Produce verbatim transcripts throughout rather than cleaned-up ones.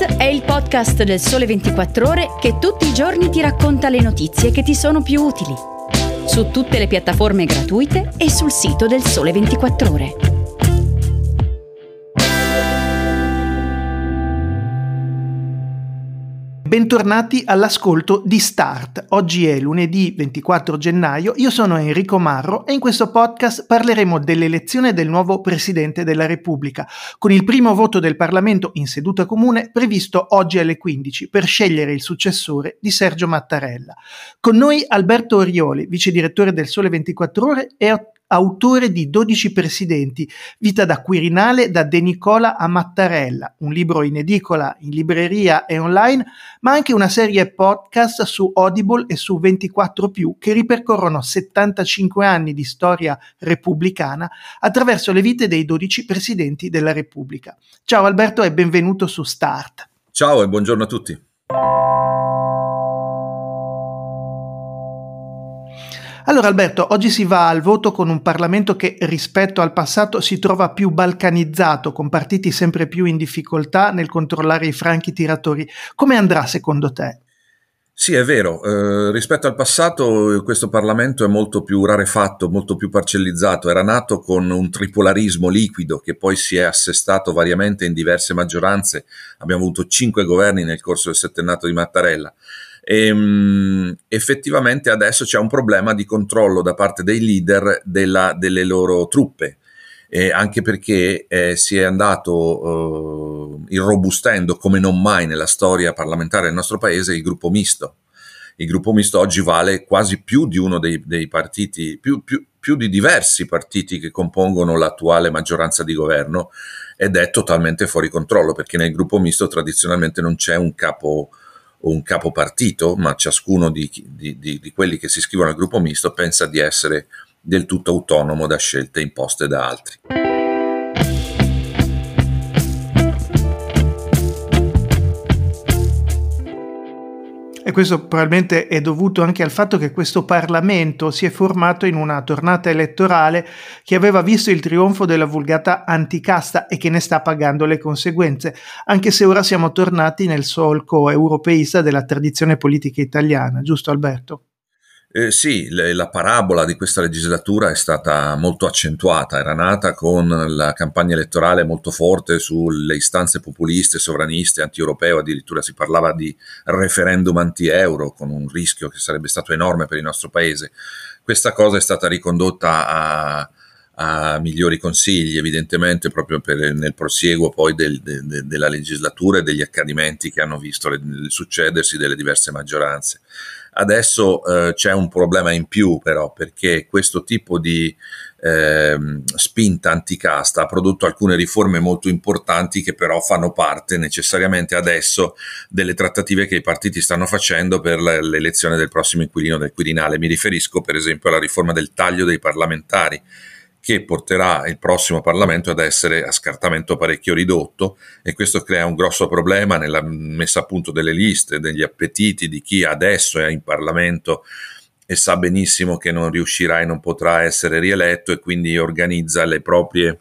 Start è il podcast del Sole ventiquattro Ore che tutti i giorni ti racconta le notizie che ti sono più utili. Su tutte le piattaforme gratuite e sul sito del Sole ventiquattro Ore. Bentornati all'ascolto di Start. Oggi è lunedì ventiquattro gennaio, io sono Enrico Marro e in questo podcast parleremo dell'elezione del nuovo Presidente della Repubblica, con il primo voto del Parlamento in seduta comune previsto oggi alle quindici per scegliere il successore di Sergio Mattarella. Con noi Alberto Orioli, vice direttore del Sole ventiquattro Ore e autore di dodici presidenti, vita da Quirinale da De Nicola a Mattarella, un libro in edicola, in libreria e online, ma anche una serie podcast su Audible e su ventiquattro più che ripercorrono settantacinque anni di storia repubblicana attraverso le vite dei dodici presidenti della Repubblica. Ciao Alberto e benvenuto su Start. Ciao e buongiorno a tutti. Allora Alberto, oggi si va al voto con un Parlamento che rispetto al passato si trova più balcanizzato, con partiti sempre più in difficoltà nel controllare i franchi tiratori. Come andrà secondo te? Sì, è vero, eh, rispetto al passato questo Parlamento è molto più rarefatto, molto più parcellizzato, era nato con un tripolarismo liquido che poi si è assestato variamente in diverse maggioranze, abbiamo avuto cinque governi nel corso del settennato di Mattarella. E, mh, effettivamente adesso c'è un problema di controllo da parte dei leader della, delle loro truppe, e anche perché eh, si è andato eh, irrobustendo come non mai nella storia parlamentare del nostro paese il gruppo misto. Il gruppo misto oggi vale quasi più di uno dei, dei partiti, più, più, più di diversi partiti che compongono l'attuale maggioranza di governo, ed è totalmente fuori controllo perché nel gruppo misto tradizionalmente non c'è un capo un capo partito, ma ciascuno di, di, di, di quelli che si iscrivono al gruppo misto pensa di essere del tutto autonomo da scelte imposte da altri. E questo probabilmente è dovuto anche al fatto che questo Parlamento si è formato in una tornata elettorale che aveva visto il trionfo della vulgata anticasta e che ne sta pagando le conseguenze, anche se ora siamo tornati nel solco europeista della tradizione politica italiana, giusto Alberto? Eh, sì, le, la parabola di questa legislatura è stata molto accentuata, era nata con la campagna elettorale molto forte sulle istanze populiste, sovraniste, anti-europeo, addirittura si parlava di referendum anti-euro con un rischio che sarebbe stato enorme per il nostro paese. Questa cosa è stata ricondotta a, a migliori consigli, evidentemente proprio per, nel prosieguo poi del, de, de, della legislatura e degli accadimenti che hanno visto le, il succedersi delle diverse maggioranze. Adesso eh, c'è un problema in più però, perché questo tipo di eh, spinta anticasta ha prodotto alcune riforme molto importanti che però fanno parte necessariamente adesso delle trattative che i partiti stanno facendo per l'elezione del prossimo inquilino del Quirinale. Mi riferisco per esempio alla riforma del taglio dei parlamentari, che porterà il prossimo Parlamento ad essere a scartamento parecchio ridotto, e questo crea un grosso problema nella messa a punto delle liste, degli appetiti di chi adesso è in Parlamento e sa benissimo che non riuscirà e non potrà essere rieletto, e quindi organizza le proprie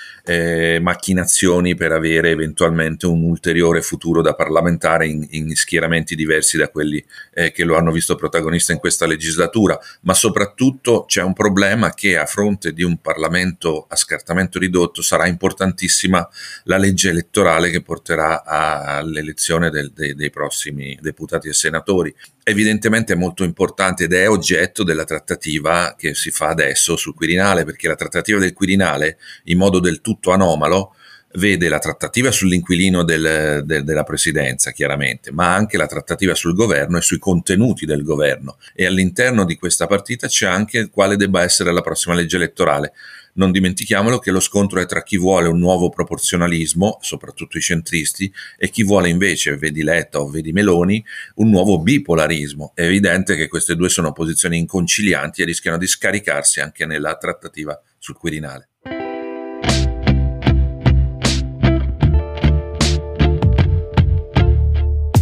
eh, macchinazioni per avere eventualmente un ulteriore futuro da parlamentare in, in schieramenti diversi da quelli eh, che lo hanno visto protagonista in questa legislatura. Ma soprattutto c'è un problema che a fronte di un Parlamento a scartamento ridotto sarà importantissima la legge elettorale che porterà all'elezione del, dei, dei prossimi deputati e senatori. Evidentemente è molto importante ed è oggetto della trattativa che si fa adesso sul Quirinale, perché la trattativa del Quirinale, in modo del tutto anomalo, vede la trattativa sull'inquilino del, del, della presidenza chiaramente, ma anche la trattativa sul governo e sui contenuti del governo, e all'interno di questa partita c'è anche quale debba essere la prossima legge elettorale. Non dimentichiamolo che lo scontro è tra chi vuole un nuovo proporzionalismo, soprattutto i centristi, e chi vuole invece, vedi Letta o vedi Meloni, un nuovo bipolarismo. È evidente che queste due sono posizioni inconcilianti e rischiano di scaricarsi anche nella trattativa sul Quirinale.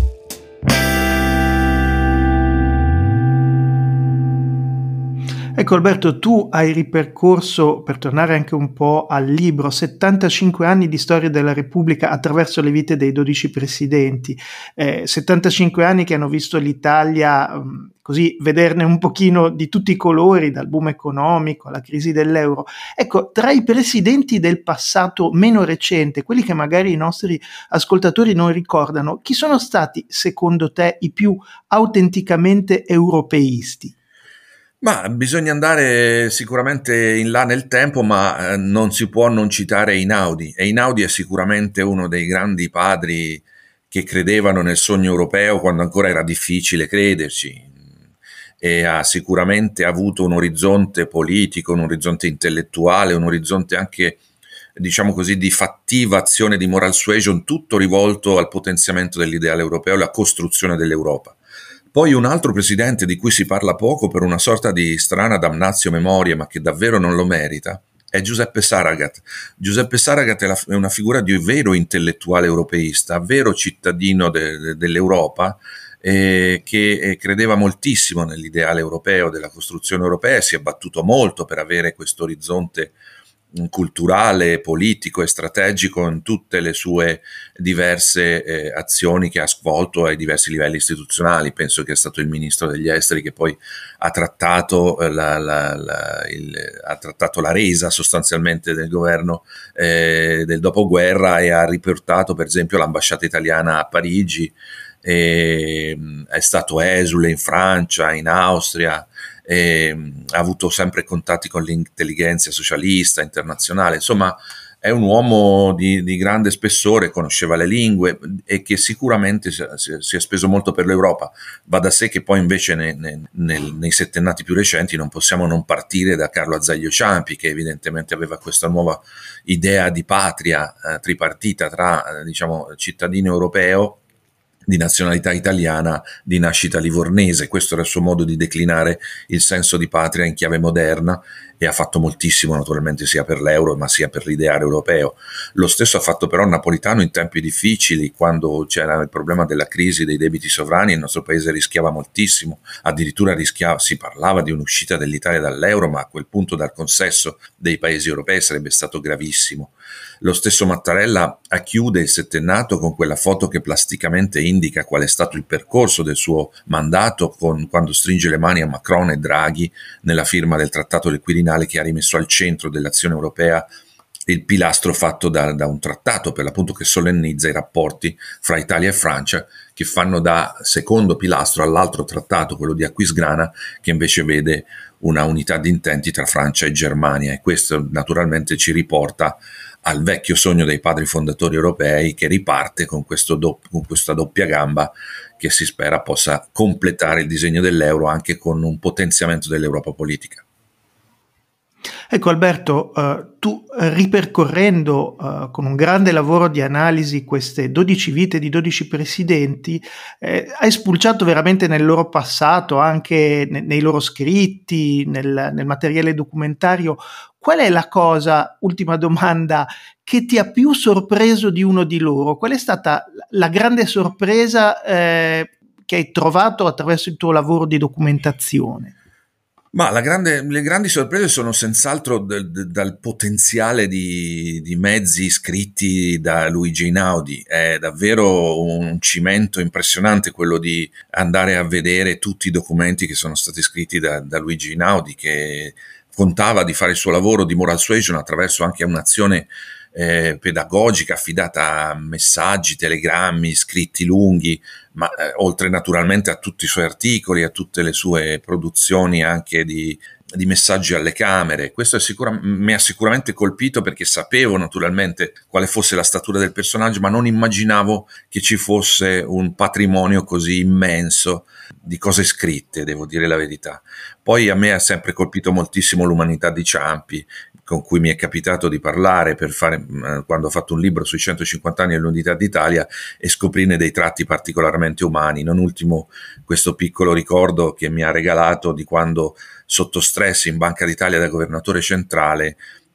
Ecco, Ecco Alberto, tu hai ripercorso, per tornare anche un po' al libro, settantacinque anni di storia della Repubblica attraverso le vite dei dodici presidenti, eh, settantacinque anni che hanno visto l'Italia um, così vederne un pochino di tutti i colori, dal boom economico alla crisi dell'euro. Ecco, tra i presidenti del passato meno recente, quelli che magari i nostri ascoltatori non ricordano, chi sono stati secondo te i più autenticamente europeisti? Ma bisogna andare sicuramente in là nel tempo, ma eh, non si può non citare Einaudi. Einaudi è sicuramente uno dei grandi padri che credevano nel sogno europeo quando ancora era difficile crederci, e ha sicuramente avuto un orizzonte politico, un orizzonte intellettuale, un orizzonte anche, diciamo così, di fattiva azione di moral suasion, tutto rivolto al potenziamento dell'ideale europeo e alla costruzione dell'Europa. Poi un altro presidente di cui si parla poco per una sorta di strana damnatio memoria, ma che davvero non lo merita, è Giuseppe Saragat. Giuseppe Saragat è, la, è una figura di vero intellettuale europeista, vero cittadino de, de, dell'Europa, eh, che eh, credeva moltissimo nell'ideale europeo, della costruzione europea, e si è battuto molto per avere questo orizzonte culturale, politico e strategico in tutte le sue diverse eh, azioni che ha svolto ai diversi livelli istituzionali. Penso che è stato il ministro degli esteri che poi ha trattato la, la, la, il, ha trattato la resa sostanzialmente del governo eh, del dopoguerra, e ha riportato per esempio l'ambasciata italiana a Parigi, e, è stato esule in Francia, in Austria, e ha avuto sempre contatti con l'intelligenza socialista internazionale. Insomma, è un uomo di, di grande spessore, conosceva le lingue e che sicuramente si, si, si è speso molto per l'Europa. Va da sé che poi invece ne, ne, nel, nei settennati più recenti non possiamo non partire da Carlo Azeglio Ciampi, che evidentemente aveva questa nuova idea di patria eh, tripartita tra eh, diciamo cittadino europeo, di nazionalità italiana, di nascita livornese. Questo era il suo modo di declinare il senso di patria in chiave moderna, e ha fatto moltissimo naturalmente sia per l'euro ma sia per l'ideale europeo. Lo stesso ha fatto però Napolitano in tempi difficili, quando c'era il problema della crisi dei debiti sovrani. Il nostro paese rischiava moltissimo, addirittura rischiava, si parlava di un'uscita dell'Italia dall'euro, ma a quel punto dal consesso dei paesi europei sarebbe stato gravissimo. Lo stesso Mattarella chiude il settennato con quella foto che plasticamente indica qual è stato il percorso del suo mandato, con, quando stringe le mani a Macron e Draghi nella firma del Trattato del Quirinale, che ha rimesso al centro dell'azione europea il pilastro fatto da, da un trattato per l'appunto che solennizza i rapporti fra Italia e Francia, che fanno da secondo pilastro all'altro trattato, quello di Aquisgrana, che invece vede una unità di intenti tra Francia e Germania. E questo naturalmente ci riporta al vecchio sogno dei padri fondatori europei, che riparte con, questo do- con questa doppia gamba che si spera possa completare il disegno dell'euro anche con un potenziamento dell'Europa politica. Ecco Alberto, uh, tu ripercorrendo uh, con un grande lavoro di analisi queste dodici vite di dodici presidenti, eh, hai spulciato veramente nel loro passato, anche ne- nei loro scritti, nel, nel materiale documentario. Qual è la cosa, ultima domanda, che ti ha più sorpreso di uno di loro? Qual è stata la grande sorpresa eh, che hai trovato attraverso il tuo lavoro di documentazione? Ma la grande, le grandi sorprese sono senz'altro del, del, dal potenziale di, di mezzi scritti da Luigi Einaudi. È davvero un cimento impressionante quello di andare a vedere tutti i documenti che sono stati scritti da, da Luigi Einaudi, che contava di fare il suo lavoro di moral suasion attraverso anche un'azione eh, pedagogica affidata a messaggi, telegrammi, scritti lunghi, ma eh, oltre naturalmente a tutti i suoi articoli, a tutte le sue produzioni anche di, di messaggi alle Camere. Questo è sicura, mi ha sicuramente colpito, perché sapevo naturalmente quale fosse la statura del personaggio, ma non immaginavo che ci fosse un patrimonio così immenso di cose scritte, devo dire la verità. Poi a me ha sempre colpito moltissimo l'umanità di Ciampi, con cui mi è capitato di parlare per fare, quando ho fatto un libro sui centocinquanta anni dell'Unità d'Italia, e scoprirne dei tratti particolarmente umani, non ultimo questo piccolo ricordo che mi ha regalato di quando, sotto stress in Banca d'Italia da governatore centrale,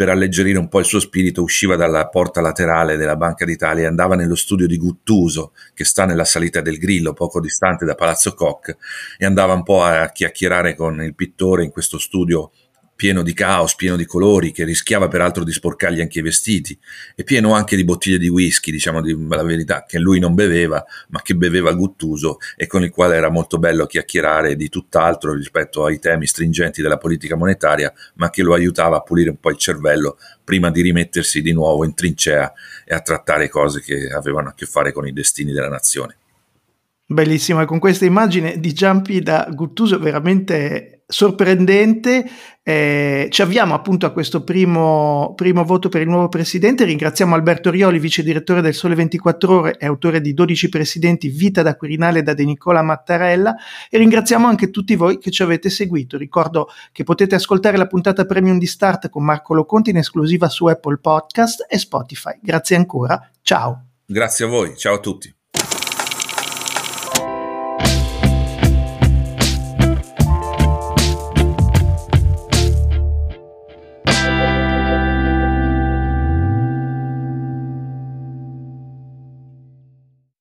per alleggerire un po' il suo spirito, usciva dalla porta laterale della Banca d'Italia e andava nello studio di Guttuso, che sta nella salita del Grillo, poco distante da Palazzo Koch, e andava un po' a chiacchierare con il pittore in questo studio pieno di caos, pieno di colori, che rischiava peraltro di sporcargli anche i vestiti, e pieno anche di bottiglie di whisky, diciamo di, la verità, che lui non beveva, ma che beveva Guttuso, e con il quale era molto bello chiacchierare di tutt'altro rispetto ai temi stringenti della politica monetaria, ma che lo aiutava a pulire un po' il cervello prima di rimettersi di nuovo in trincea e a trattare cose che avevano a che fare con i destini della nazione. Bellissimo, e con questa immagine di Giampi da Guttuso veramente sorprendente. Eh, ci avviamo appunto a questo primo, primo voto per il nuovo presidente. Ringraziamo Alberto Rioli, vice direttore del Sole ventiquattro Ore e autore di dodici presidenti, vita da Quirinale da De Nicola Mattarella, e ringraziamo anche tutti voi che ci avete seguito. Ricordo che potete ascoltare la puntata premium di Start con Marco Loconti in esclusiva su Apple Podcast e Spotify. Grazie ancora, ciao. Grazie a voi, ciao a tutti.